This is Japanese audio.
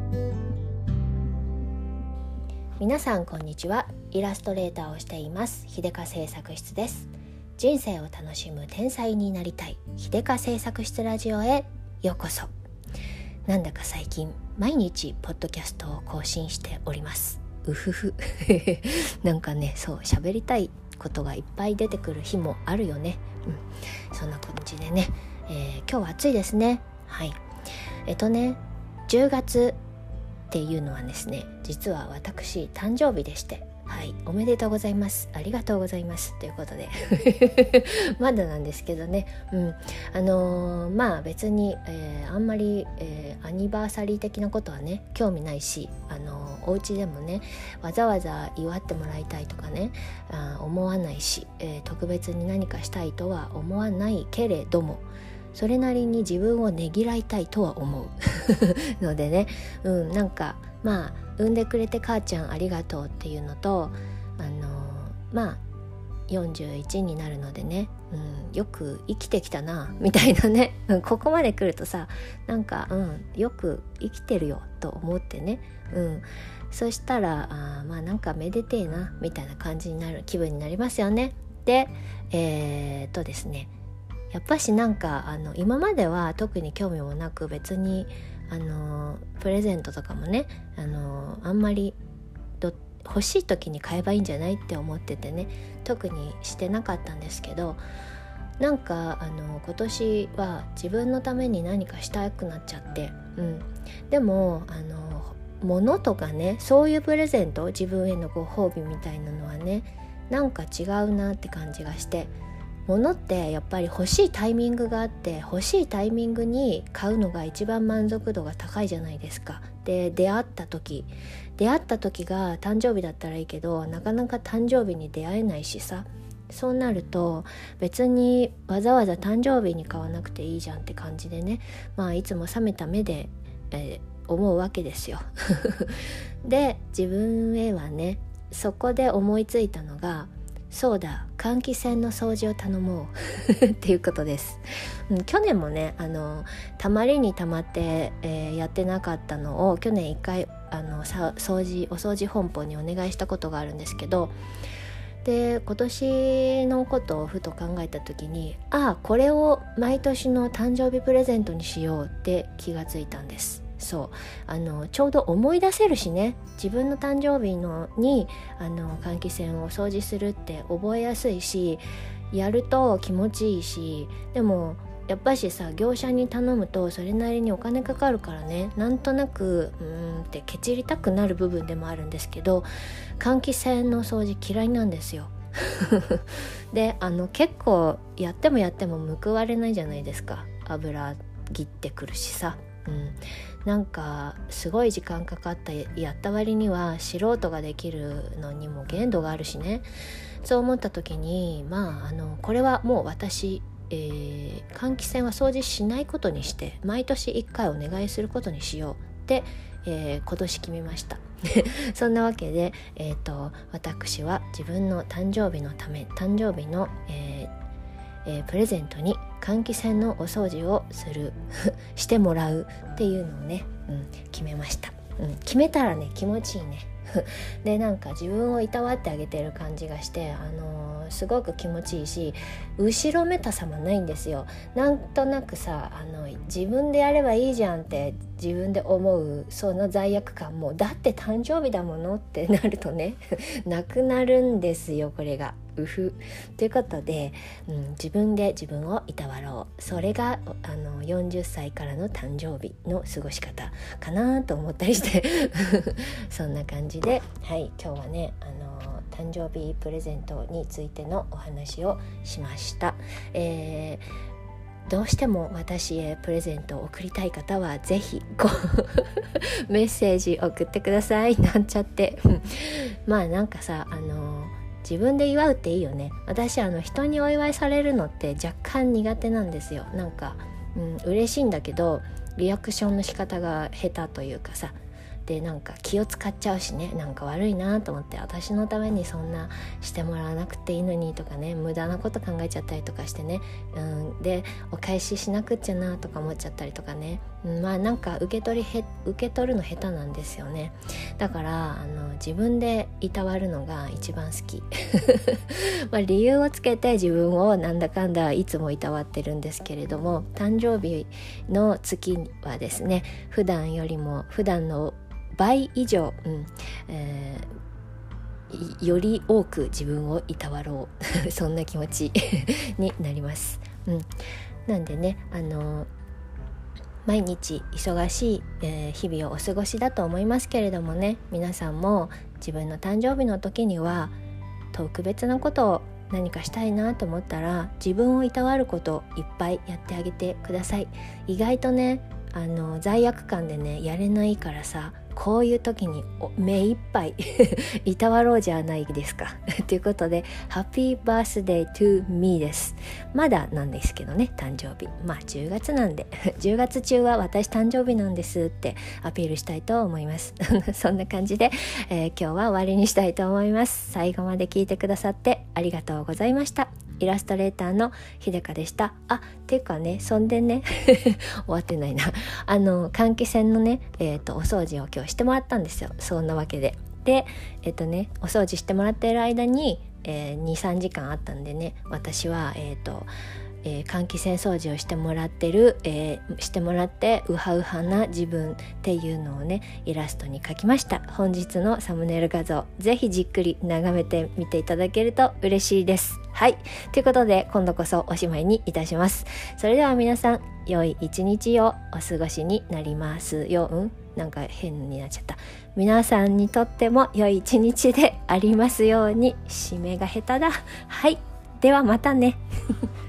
皆さんこんにちは。イラストレーターをしています秀香製作室です。人生を楽しむ天才になりたい秀香製作室ラジオへようこそ。なんだか最近毎日ポッドキャストを更新しております。うふふなんかね、そう喋りたいことがいっぱい出てくる日もあるよね、そんな感じでね、今日は暑いですね。はい、10月っていうのはですね、実は私誕生日でして、はい、おめでとうございます、ありがとうございますということでまだなんですけどね、まあ別に、あんまり、アニバーサリー的なことはね興味ないし、お家でもねわざわざ祝ってもらいたいとかね思わないし、特別に何かしたいとは思わないけれども、それなりに自分をねぎらいたいとは思うのでね、なんかまあ産んでくれて母ちゃんありがとうっていうのと、まあ41になるのでね、よく生きてきたなみたいなね、ここまで来るとさ、なんか、よく生きてるよと思ってね、そしたらまあなんかめでてえなみたいな感じになる気分になりますよね。でですね、やっぱしなんか今までは特に興味もなく、別にプレゼントとかもねあんまり欲しい時に買えばいいんじゃないって思っててね、特にしてなかったんですけど、なんか今年は自分のために何かしたくなっちゃって、でも物とかね、そういうプレゼント、自分へのご褒美みたいなのはね、なんか違うなって感じがして、物ってやっぱり欲しいタイミングがあって、欲しいタイミングに買うのが一番満足度が高いじゃないですか。で、出会った時が誕生日だったらいいけど、なかなか誕生日に出会えないしさ、そうなると別にわざわざ誕生日に買わなくていいじゃんって感じでね、まあいつも冷めた目で、思うわけですよで、自分へはね、そこで思いついたのが、そうだ、換気扇の掃除を頼もうっていうことです。去年もねたまりにたまって、やってなかったのを去年1回お掃除本舗にお願いしたことがあるんですけど、で今年のことをふと考えた時に、これを毎年の誕生日プレゼントにしようって気がついたんです。そうちょうど思い出せるしね、自分の誕生日に換気扇を掃除するって覚えやすいし、やると気持ちいいし、でもやっぱしさ、業者に頼むとそれなりにお金かかるからね、なんとなくってケチりたくなる部分でもあるんですけど、換気扇の掃除嫌いなんですよで結構やっても報われないじゃないですか。油切ってくるしさ、なんかすごい時間かかったやった割には素人ができるのにも限度があるしね。そう思った時に、これはもう私、換気扇は掃除しないことにして、毎年1回お願いすることにしようって、今年決めましたそんなわけで、私は自分の誕生日のため、誕生日の、プレゼントに換気扇のお掃除をしてもらうっていうのをね、決めました。決めたらね気持ちいいねで、なんか自分をいたわってあげてる感じがして、すごく気持ちいいし、後ろめたさもないんですよ。なんとなくさ自分でやればいいじゃんって自分で思うその罪悪感も、だって誕生日だものってなるとねなくなるんですよ、これが。ということで、自分で自分をいたわろう、それが40歳からの誕生日の過ごし方かなと思ったりしてそんな感じで、はい、今日はね誕生日プレゼントについてのお話をしました。どうしても私へプレゼントを送りたい方はぜひメッセージ送ってくださいなんちゃってなんかさ自分で祝うっていいよね。私人にお祝いされるのって若干苦手なんですよ。なんか、嬉しいんだけどリアクションの仕方が下手というかさ、でなんか気を使っちゃうしね、なんか悪いなと思って、私のためにそんなしてもらわなくていいのにとかね、無駄なこと考えちゃったりとかしてね、でお返ししなくっちゃなとか思っちゃったりとかね、 なんか受け取るの下手なんですよね。だから自分でいたわるのが一番好き理由をつけて自分をなんだかんだいつもいたわってるんですけれども、誕生日の月はですね、普段の倍以上、より多く自分をいたわろうそんな気持ちになります。なんでね、毎日忙しい、日々をお過ごしだと思いますけれどもね、皆さんも自分の誕生日の時には特別なことを何かしたいなと思ったら、自分をいたわることをいっぱいやってあげてください。意外とね、罪悪感でねやれないからさ、こういう時に目いっぱいいたわろうじゃないですかということで、ハッピーバースデー to me です。まだなんですけどね、誕生日10月なんで10月中は私誕生日なんですってアピールしたいと思いますそんな感じで、今日は終わりにしたいと思います。最後まで聞いてくださってありがとうございました。イラストレーターの秀香でした。ていうかね、そんでね終わってないな換気扇のね、お掃除を今日してもらったんですよ。そんなわけでお掃除してもらっている間に、2,3 時間あったんでね、私は換気扇掃除をしてもらってウハウハな自分っていうのをねイラストに描きました。本日のサムネイル画像、ぜひじっくり眺めてみていただけると嬉しいです。ということで、今度こそおしまいにいたします。それでは皆さん、良い一日をお過ごしになりますよ。なんか変になっちゃった。皆さんにとっても良い一日でありますように。締めが下手だ。ではまたね